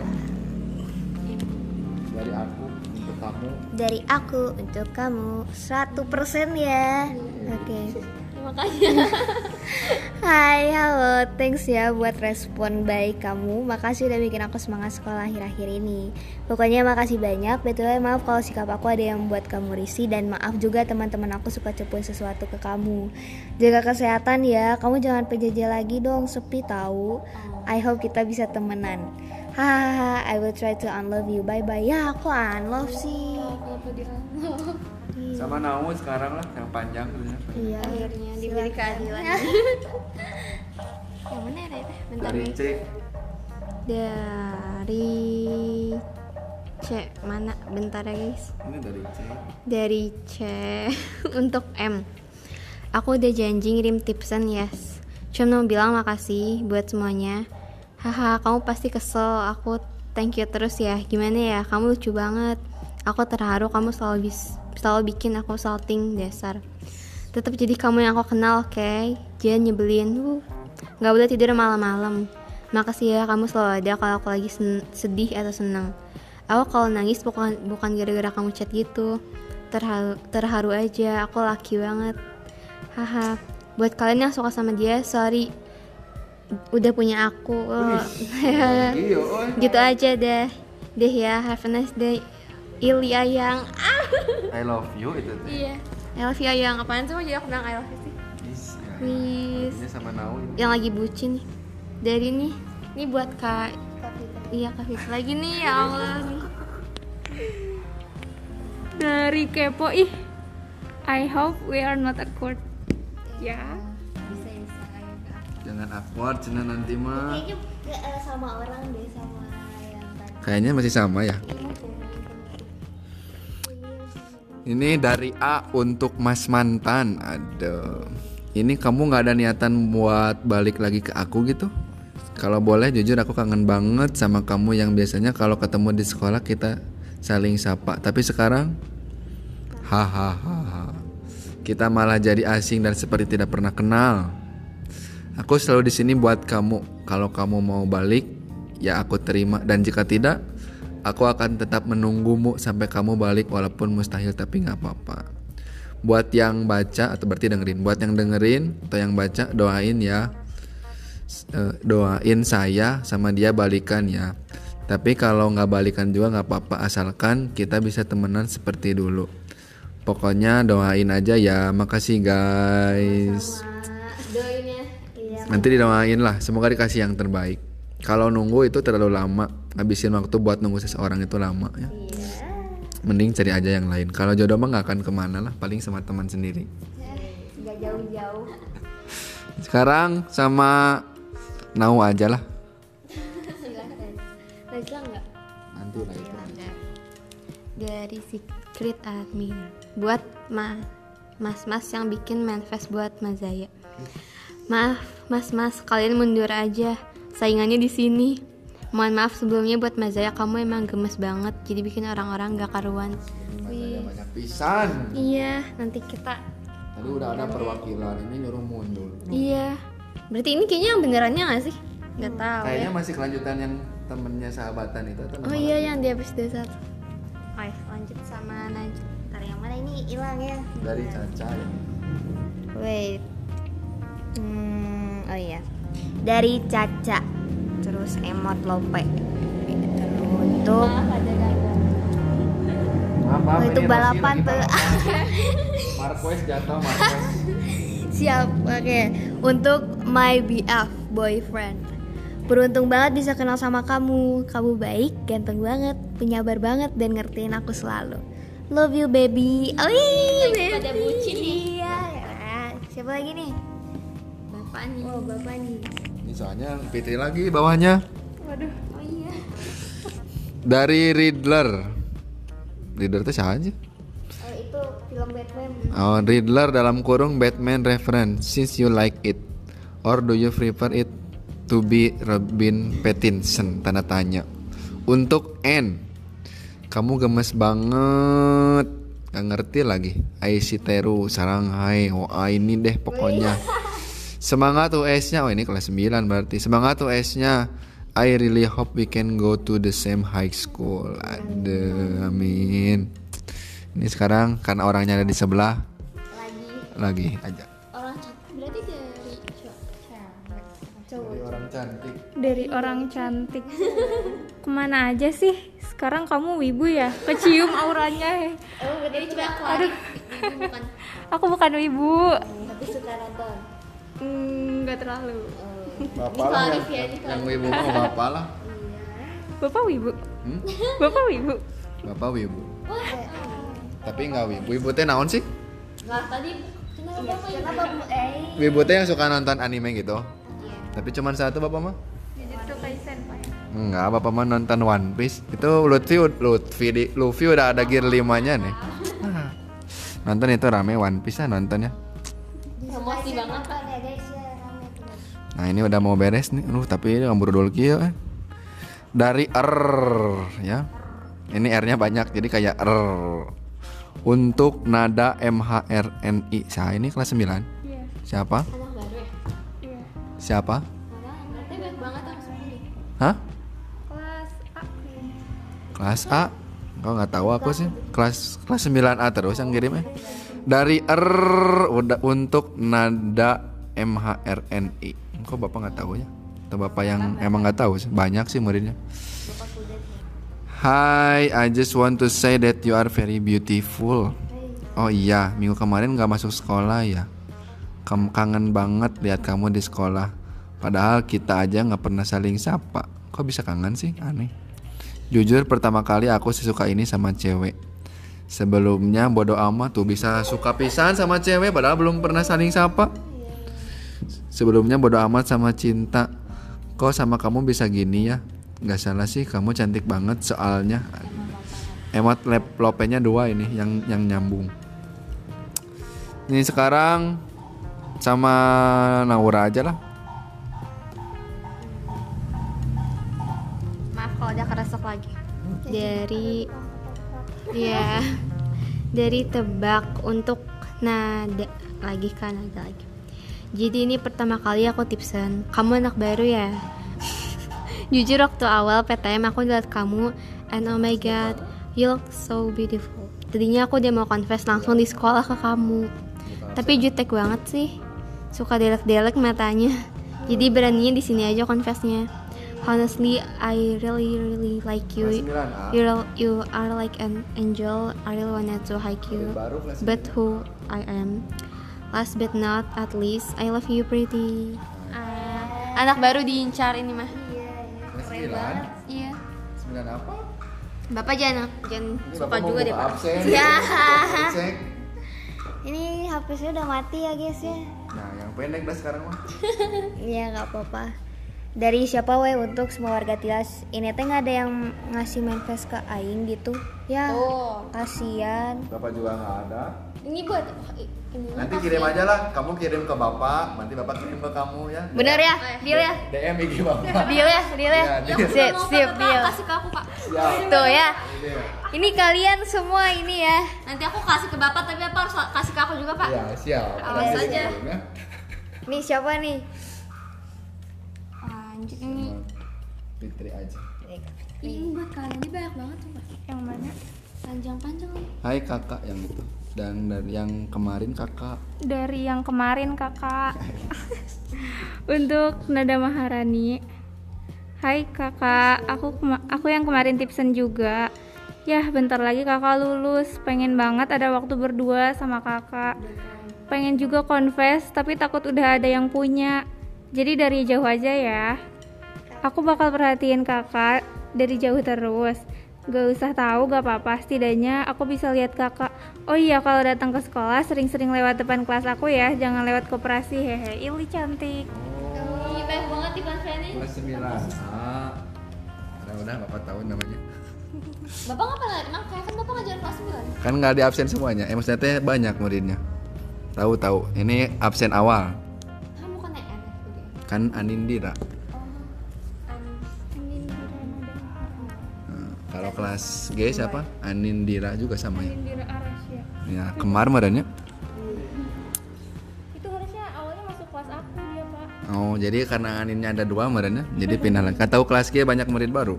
Dari aku untuk kamu. Dari aku untuk kamu seratus persen ya. Oke. Makanya. Hai, halo, thanks ya buat respon baik kamu. Makasih udah bikin aku semangat sekolah akhir-akhir ini. Pokoknya makasih banyak. Betul, maaf kalau sikap aku ada yang membuat kamu risih. Dan maaf juga teman-teman aku suka cepuin sesuatu ke kamu. Jaga kesehatan ya. Kamu jangan P J J lagi dong, sepi tahu. I hope kita bisa temenan. Hahaha, I will try to unlove you. Bye bye. Ya, aku unlove sih. Sama Nau sekarang lah yang panjang tuh. Iya. Akhirnya diberi keadilan. Yang mana ya? Bentar Dari nih. C. Dari C mana? Bentar ya guys. Ini dari C. Dari C untuk M. Aku udah janji ngirim tipsan yes. Cuma mau bilang makasih buat semuanya. Haha, kamu pasti kesel. Aku thank you terus ya. Gimana ya? Kamu lucu banget. Aku terharu kamu selalu bis, selalu bikin aku salting dasar. Tetap jadi kamu yang aku kenal, oke? Okay? Jangan nyebelin. Uh, nggak boleh tidur malam-malam. Makasih ya kamu selalu ada kalau aku lagi sen- sedih atau senang. Aku kalau nangis bukan bukan gara-gara kamu chat gitu. Terharu, terharu aja. Aku laki banget. Haha. Buat kalian yang suka sama dia, sorry. Udah punya aku. Oh. Iya, oi. Gitu aja deh. Deh ya. Have a nice day. Ili Ayang. Ah. I love you itu tuh. Iya. I love you Ayang. Apaan sih mau jadi aku bilang I love you sih? Yes, ya. Please. Ini sama Nau ini. Yang lagi bucin nih. Dari nih. Ini buat Kak. Iya Kak Fit. Lagi nih ya Allah nih. Dari Kepo. Ih. I hope we are not awkward. Ya. Bisa bisa. Jangan awkward cina nanti mah. Kayaknya gak, eh, sama orang deh, sama yang tadi. Kayaknya masih sama ya. Ini dari A untuk Mas Mantan. Aduh. Ini kamu nggak ada niatan buat balik lagi ke aku gitu? Kalau boleh jujur aku kangen banget sama kamu yang biasanya kalau ketemu di sekolah kita saling sapa. Tapi sekarang hahaha. Kita malah jadi asing dan seperti tidak pernah kenal. Aku selalu di sini buat kamu. Kalau kamu mau balik, ya aku terima, dan jika tidak, aku akan tetap menunggumu sampai kamu balik walaupun mustahil, tapi nggak apa-apa. Buat yang baca atau berarti dengerin, buat yang dengerin atau yang baca doain ya, Eh, doain saya sama dia balikan ya. Tapi kalau nggak balikan juga nggak apa-apa, asalkan kita bisa temenan seperti dulu. Pokoknya doain aja ya. Makasih guys. Doain ya. Nanti didoain lah, semoga dikasih yang terbaik. Kalau nunggu itu terlalu lama, habisin waktu buat nunggu seseorang itu lama ya. Mending cari aja yang lain. Kalau jodoh mah nggak akan kemana lah, paling sama teman sendiri. Gak jauh-jauh. Sekarang sama Nau aja lah. Najla enggak? Nanti lah itu. Dari Secret Admin. Buat ma mas-mas yang bikin manifest buat Mazaya. Maaf, mas-mas, kalian mundur aja. Saingannya di sini. Mohon maaf sebelumnya buat Mazaya, kamu emang gemes banget. Jadi bikin orang-orang gak karuan. Wih. Banyak pisan. Iya, nanti kita. Tadi udah ada perwakilan, ini nyuruh mundur. Iya. Berarti ini kayaknya yang benerannya nggak sih? Nggak tahu Kayaknya ya. masih kelanjutan yang temennya sahabatan itu atau Oh nama iya lagi? yang di episode satu. Oke, lanjut sama Najwa. Ntar yang mana ini hilang ya? Dari Caca ya. Wait. Hmm, oh iya. Dari Caca. Terus emot lope. Untuk Apa, Oh, itu balapan tuh. Marquez jatuh, Marquez. Siap, oke. Untuk my B F boyfriend. Beruntung banget bisa kenal sama kamu. Kamu baik, ganteng banget, penyabar banget dan ngertiin aku selalu. Love you baby. Oh iya, Pada bucin nih. Iya. ya. Siapa lagi nih? Bapak nih. Oh, bapak nih. Ini soalnya Fitri lagi bawahnya. Waduh. Oh iya. Dari Riddler. Riddler itu siapa aja? Oh, itu film Batman. Oh, Riddler dalam kurung Batman reference. Since you like it, or do you prefer it to be Robin Pattinson? Tanda tanya. Untuk N, kamu gemes banget. Gak ngerti lagi. Aisiteru sarang hai. Wah ini deh pokoknya. Semangat U S-nya. Oh ini kelas sembilan berarti. Semangat U S-nya. I really hope we can go to the same high school. Aduh, amin. Ini sekarang karena orangnya ada di sebelah. Lagi. Lagi aja. Orang cantik berarti dari Dari orang cantik. Dari orang cantik. Kemana aja sih? Sekarang kamu wibu ya? Kecium auranya. Oh, jadi coba keluarin. Ibu bukan. Aku bukan wibu. Tapi suka nonton. Hmm, nggak terlalu. Bapak lah yang, Rifia, ini yang wibu mau bapak lah. Bapak wibu. Hmm? Bapak wibu. Bapak wibu. Tapi nggak wibu. Wibu teh naon sih? Lah tadi kenapa Iya, Bapak kenapa Bu? Eh, Wibu teh yang suka nonton anime gitu. Tapi cuma satu bapak mah? Jujutsu Kaisen Pak ya. Enggak, bapak mah nonton One Piece. Itu Luffy, Luffy, di, Luffy udah ada gear limanya nih. Ah. Nonton itu rame One Piece lah nontonnya. Emosi banget Pak. ya guys ya, rame tuh. Nah ini udah mau beres nih. Aduh tapi ini ngambur dulu kieu eh. Dari R ya. Ini R-nya banyak jadi kayak R. Untuk nada M H R N I. Saya ini kelas sembilan. Iya. Siapa? Anak baru ya. Iya. Siapa? Mana? Berarti baik banget aku sendiri. Hah? Kelas A. Kelas A? Kau nggak tahu aku sih. Kelas kelas sembilan A terus yang kirim eh. Dari R udah untuk nada M H R N I. Kok bapak nggak tahu ya? Atau bapak yang emang nggak tahu sih? Banyak sih muridnya. Hi, I just want to say that you are very beautiful. Oh iya, minggu kemarin nggak masuk sekolah ya. Kamu kangen banget lihat kamu di sekolah. Padahal kita aja nggak pernah saling sapa. Kok bisa kangen sih? Aneh. Jujur pertama kali aku sih suka ini sama cewek. Sebelumnya bodo amat tuh bisa suka pisan sama cewek padahal belum pernah saling sapa. Sebelumnya bodo amat sama cinta. Kok sama kamu bisa gini ya? Gak salah sih, kamu cantik banget soalnya. Emot lopenya dua ini yang yang nyambung. Ini sekarang sama Naura aja lah. Maaf kalau ada keresek lagi. Dari ya dari tebak untuk nada lagi kan ada lagi. Jadi ini pertama kali aku tipsen. Kamu anak baru ya? Jujur waktu awal P T M aku lihat kamu and oh my god, you look so beautiful. Tadinya aku dia mau confess langsung di sekolah ke kamu. Tapi jutek banget sih. Suka delek-delek matanya. Jadi beraninya di sini aja confessnya. Honestly, I really really like you. You you are like an angel. I really wanted to hike you. But who I am. Last but not at least, I love you pretty. Ah, anak baru diincar ini mah. Sembilan? Iya. Sembilan apa? Bapak jangan jangan Ini suka bapak mau juga deh buka Pak. absen. Ya. Cek. Ini H P saya udah mati ya guys ya. Nah yang pendek dah sekarang mah. Iya nggak apa-apa. Dari siapa weh untuk semua warga Tilas. Ini teh nggak ada yang ngasih manifest ke Aing gitu. Ya. Oh. Kasian. Bapak juga nggak ada. Ini buat ini. Nanti kirim aja lah, kamu kirim ke bapak, nanti bapak kirim ke kamu ya. Bener ya? Deal ya? D M I G bapak. Deal ya? Deal ya? Iya, deal. Sip, sip, deal. Kasih ke aku Pak. Siap. Tuh ya. Ini ya. Ini kalian semua ini ya. Nanti aku kasih ke Bapak tapi Bapak harus kasih ke aku juga Pak. Iya, siap. Awas Nanti aja. kirim ya. Nih siapa nih? lanjut Ini Fitri aja. ini buat kalian ini banyak banget tuh Pak. Yang mana? Panjang-panjang nih. Hai kakak yang itu. Dan dari yang kemarin kakak. Dari yang kemarin kakak. Untuk Nada Maharani. Hai kakak, aku kema- aku yang kemarin tipsen juga. Yah bentar lagi kakak lulus. Pengen banget ada waktu berdua sama kakak. Pengen juga confess tapi takut udah ada yang punya. Jadi dari jauh aja ya. Aku bakal perhatiin kakak dari jauh terus. Gak usah tahu, gak apa-apa. Setidaknya aku bisa lihat kakak. Oh iya, kalau datang ke sekolah sering-sering lewat depan kelas aku ya. Jangan lewat koperasi, hehe. Ili cantik. Ih, banyak banget di ini. Kelas sembilan. Ah. Udah udah bapak tahu namanya. Bapak nggak pernah emang kayak kan bapak ngajarin kelas sembilan. Kan nggak di absen semuanya. Eh maksudnya teh banyak muridnya. Tahu tahu. Ini absen awal. Kamu kan E N ya? Kan Anindira. Nah, kalau kelas G siapa? Anindira juga sama ya. Indira Arasya. Ya, kemar merenya. Itu harusnya awalnya masuk kelas aku dia pak. Oh, jadi karena Aninnya ada dua merenya, jadi pindah lagi. Kan tahu kelas G banyak murid baru.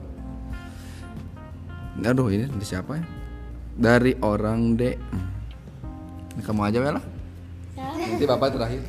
Aduh, ini dari siapa ya? Dari orang D. Hmm. Ini kamu aja ya lah. Nanti bapak terakhir.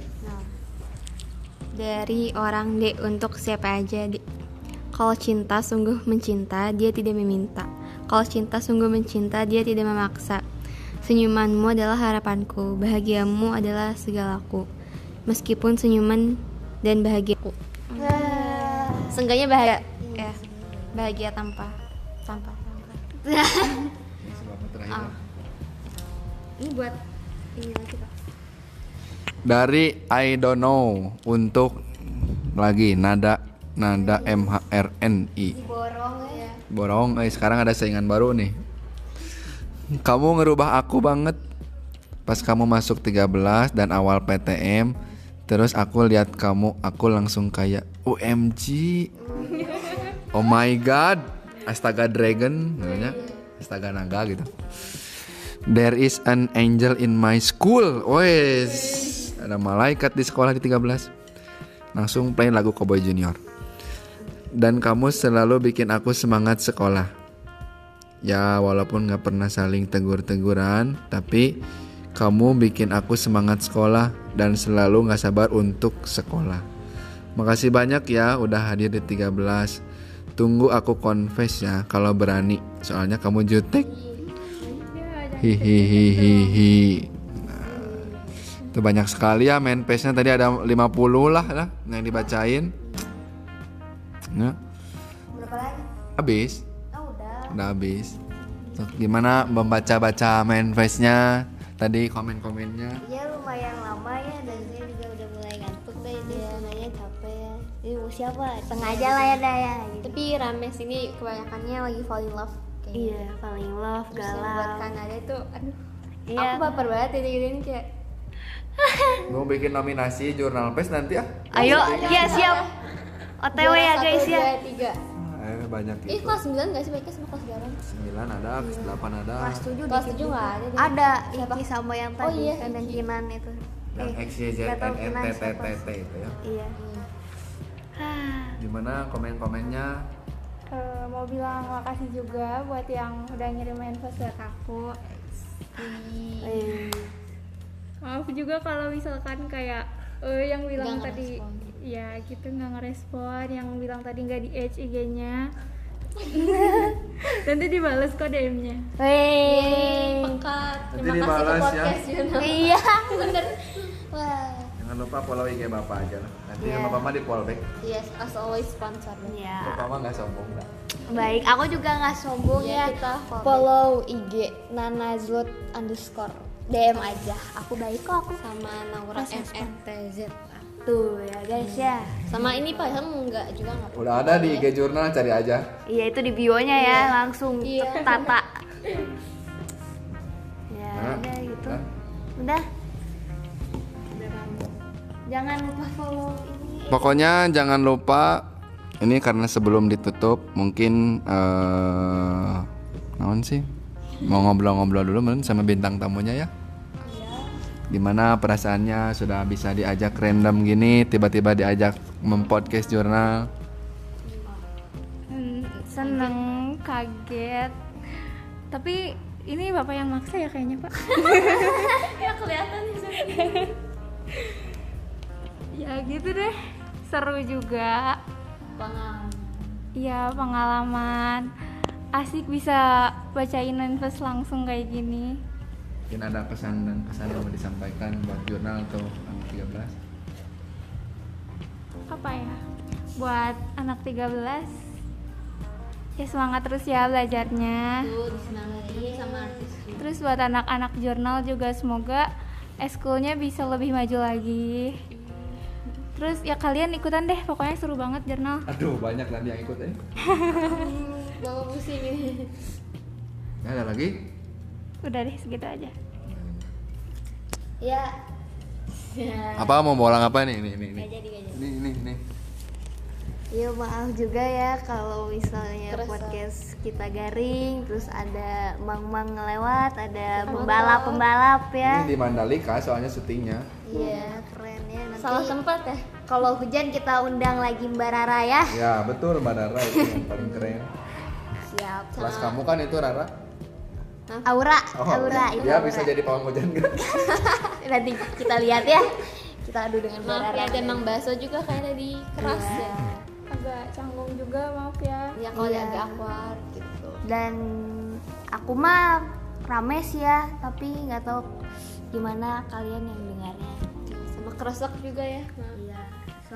Dari orang D untuk siapa aja D. Kalau cinta sungguh mencinta, dia tidak meminta. Kalau cinta sungguh mencinta, dia tidak memaksa. Senyumanmu adalah harapanku, bahagiamu adalah segalaku. Meskipun senyuman dan bahagiaku. Seenggaknya bahagia, ya. Bahagia tanpa tanpa. Ini si bapak terakhir. Ah. Ini buat ini lagi Pak. Dari I don't know untuk lagi nada nada M H R N I. Borong ya. Borong, eh sekarang ada saingan baru nih. Kamu ngerubah aku banget. Pas kamu masuk tiga belas dan awal P T M, terus aku lihat kamu, aku langsung kayak O M G. Oh my god. Astaga Dragon namanya. Astaga Naga gitu. There is an angel in my school. Wes, ada malaikat di sekolah di tiga belas. Langsung play lagu Cowboy Junior. Dan kamu selalu bikin aku semangat sekolah. Ya walaupun gak pernah saling tegur-teguran, tapi kamu bikin aku semangat sekolah dan selalu gak sabar untuk sekolah. Makasih banyak ya udah hadir di tiga belas. Tunggu aku confess ya kalau berani. Soalnya kamu jutek. Hihihihihi. Nah, itu banyak sekali ya main page-nya, tadi ada lima puluh lah lah yang dibacain. Nah, Berapa lagi? habis. Oh udah. Udah habis. Tuh, gimana membaca-baca main page-nya? Tadi komen-komennya. Iya lumayan lama ya, dan saya juga udah mulai ngantuk deh, dia nanya capek ya. Ini mau siapa? Tengah aja lah ya Daya gitu. Tapi rame sini kebanyakannya lagi fall in love kayaknya. Iya, paling love, Terus yang buat galau. Kanada itu aduh. Iya. Aku baper banget ini gini kayak Mau bikin nominasi jurnal pes nanti ya? Ayo, ya siap. O T W ya guys ya. dua, tiga. Eh, banyak Ini gitu. kelas sembilan gak sih baiknya sama kelas delapan? sembilan ada, kelas delapan ada. Kelas tujuh Kelas dikit tujuh juga. nggak ada deh. Ada Siapa? Iki sama yang Oh tadi iya, kan dan Iki. Kinan itu. Yang Eh, X Y Z nggak tahu N N Kinan T T siapa. T T itu ya. Iya. Ah, Gimana komen-komennya? Eh, mau bilang makasih juga buat yang udah ngirim manifest ke aku. eh, Maaf juga kalau misalkan kayak eh, yang bilang Nggak tadi ngerespon. ya gitu nggak ngerespon, yang bilang tadi nggak di H I G-nya. Nanti dibales kok D M-nya. Wey. Pekat. Nanti Terima kasih ke dibalas ya. podcast Juna. Iya. Bener. Wah. Jangan lupa follow I G Bapak aja lah. Nanti Iya. Bapak mah di fallback. Yes, as always sponsor. Ya. Bapak mah nggak sombong nggak? Baik, aku juga nggak sombong Iya, ya. kita follow. Follow I G Nanazlot underscore D M aja. Aku baik kok aku. Sama Naura Mas N N T Z. Tuh ya guys ya. Sama ini Pak Ilham enggak juga enggak. Udah ada di I G jurnal, cari aja. Iya itu di bio-nya ya, langsung Iya. tata. Ya Nah, udah gitu. nah. Udah. Jangan lupa follow ini. Pokoknya jangan lupa, ini karena sebelum ditutup mungkin eh naon sih, mau ngobrol-ngobrol dulu mungkin sama bintang tamunya ya. Gimana perasaannya sudah bisa diajak random gini, tiba-tiba diajak mempodcast jurnal? seneng, kaget. Tapi ini bapak yang maksa ya kayaknya pak. Ya kelihatan nih. Ya gitu deh, seru juga. Pengalaman. Iya pengalaman. Asik bisa bacain manifest langsung kayak gini. Mungkin ada pesan dan kesan yang mau disampaikan buat jurnal atau anak tiga belas? Apa ya? Buat anak tiga belas, ya semangat terus ya belajarnya. Tuh disemangatin sama artis juga. Terus buat anak-anak jurnal juga semoga eskulnya bisa lebih maju lagi. Terus ya kalian ikutan deh, pokoknya seru banget jurnal. Aduh, banyak nanti yang ikut eh. Bawa pusing ini. Ya, ada lagi? Udah deh segitu aja. Ya, Apa mau bolang apa nih? Nih, nih, nih. nggak jadi nggak jadi. Nih, nih, nih. Ya maaf juga ya kalau misalnya Keresek. podcast kita garing, terus ada mang-mang ngelewat, ada pembalap-pembalap ya. Ini di Mandalika soalnya syutingnya. Iya, keren ya. Nanti Salah tempat ya. kalau hujan kita undang lagi Mbak Rara ya. Ya, betul Mbak Rara itu yang paling keren. Siap. Kelas kamu kan itu Rara? Aura, Aura itu ya Aura. bisa jadi pawang hujan kan? Nanti kita lihat ya. Kita adu dengan Mbak Maaf Rara. ya, dan Mang Baso juga kayak tadi keras Iya. ya. Agak canggung juga, maaf ya. Ya kalau Iya. agak awkward gitu. Dan aku mah rame sih ya, tapi nggak tahu gimana kalian yang dengarnya. Sama keresek juga ya. Maaf. Iya. So,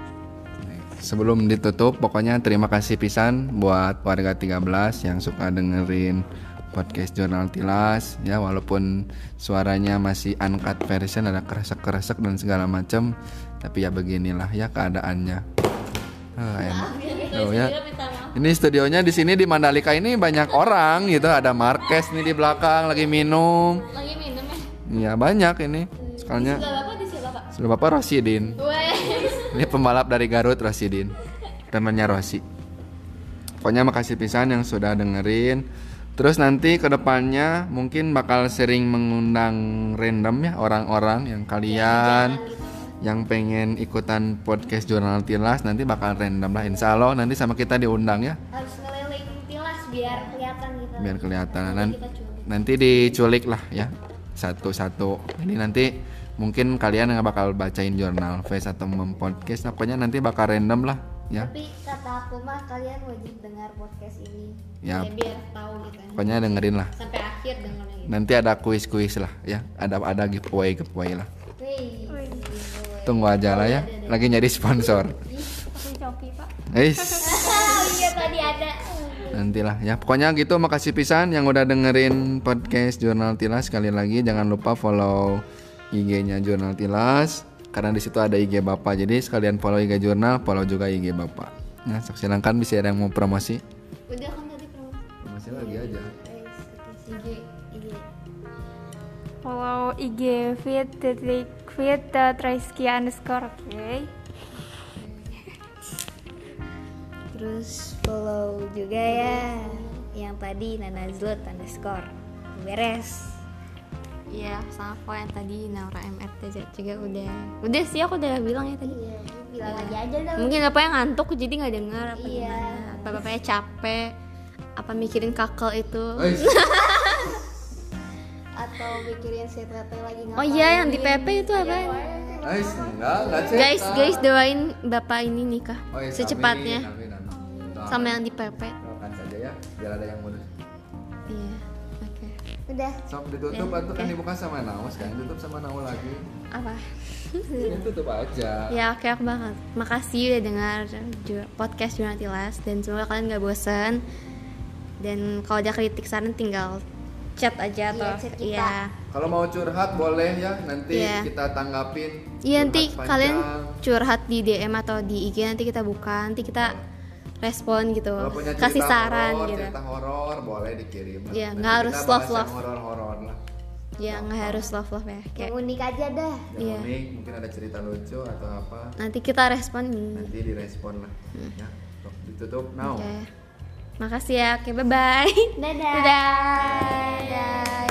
Sebelum ditutup, pokoknya terima kasih pisan buat warga tiga belas yang suka dengerin podcast Jurnal Tilas ya, walaupun suaranya masih uncut version, ada kresek-kresek dan segala macam, tapi ya beginilah ya keadaannya. Ah, enak. Tuh, ya. Ini studionya di sini di Mandalika ini banyak orang gitu, ada Marquez nih di belakang lagi minum. Lagi minum ya? Iya banyak ini. Soalnya Sebelah bapak di sebelah pak. sudah Bapak Rosidin. Wes. Ini pembalap dari Garut, Rosidin, temannya Rosi. Pokoknya makasih pisan yang sudah dengerin. Terus nanti kedepannya mungkin bakal sering mengundang random ya orang-orang yang kalian yang pengen ikutan podcast Jurnal Tilas, nanti bakal random lah insya Allah, nanti sama kita diundang ya, harus ngeliling tilas biar kelihatan gitu. biar kelihatan. Nan- nanti diculik lah ya satu-satu. Jadi nanti mungkin kalian nggak bakal bacain jurnal face atau mempodcast, pokoknya nanti bakal random lah ya. Tapi kata aku mah kalian wajib dengar podcast ini. Ya, Ya biar tahu gitu ya. pokoknya dengerin lah. Sampai akhir dengarnya gitu. Nanti ada kuis-kuis lah ya, ada ada giveaway giveaway lah. Wih. Tunggu aja lah ya, lagi nyari sponsor. Pakai coki pak. Eis, Oh iya tadi ada. nantilah ya. Pokoknya gitu, makasih pisan yang udah dengerin podcast Jurnal Tilas. Sekali lagi jangan lupa follow I G-nya Jurnal Tilas karena di situ ada I G Bapak. Jadi sekalian follow I G Jurnal, follow juga I G Bapak. Nah, silakan bisa ada yang mau promosi. Udah kan tadi promosi. Promosi lagi aja. I G, I G. Follow I G fit titik fit dot Rizky underscore oke. Terus follow juga ya yang tadi Nanazlot underscore. Beres. Iya, sama kok yang tadi Naura M R T juga udah. Udah sih aku udah bilang ya tadi. Iya, bilang aja aja dah. Mungkin apa yang ngantuk jadi nggak dengar apa Iya. gimana. Apa bapaknya capek. Apa mikirin kakel itu. Eis, Atau mikirin si Tete lagi ngapain. Oh iya, yang di P P itu apa? Eis, enggak, enggak cetak. Guys, guys doain bapak ini nikah Oh, Eis, secepatnya amin, amin, amin. Doakan- sama yang di P P. doakan saja ya, biar ada yang ngurus. Iya, oke. Udah. Sok ditutup Ya, atau kan oke. dibuka sama Naus kan, tutup sama Naus lagi. Apa? Ini tutup aja. Ya oke, aku banget. Makasih udah dengar ju- podcast Jurnal Tilas dan semoga kalian gak bosan. Dan kalau ada kritik saran tinggal chat aja atau chat kita. iya. Kalau mau curhat boleh ya, nanti Iya. kita tanggapin. Iya, nanti Curhat kalian panjang. curhat di D M atau di I G, nanti kita buka, nanti kita respon gitu, Kalau punya cerita kasih saran horor, gitu. cerita horor boleh dikirim. Iya, Nanti nggak harus kita bahas love-love. yang horor-horor lah. Ya nggak harus love love ya. Kayak Yang unik aja dah. Yang Iya. unik, mungkin ada cerita lucu atau apa. nanti kita respon. Nanti direspon lah. Ya, sok ditutup now. Oke. Makasih ya. Oke, bye bye. Dadah. Dadah. Dadah.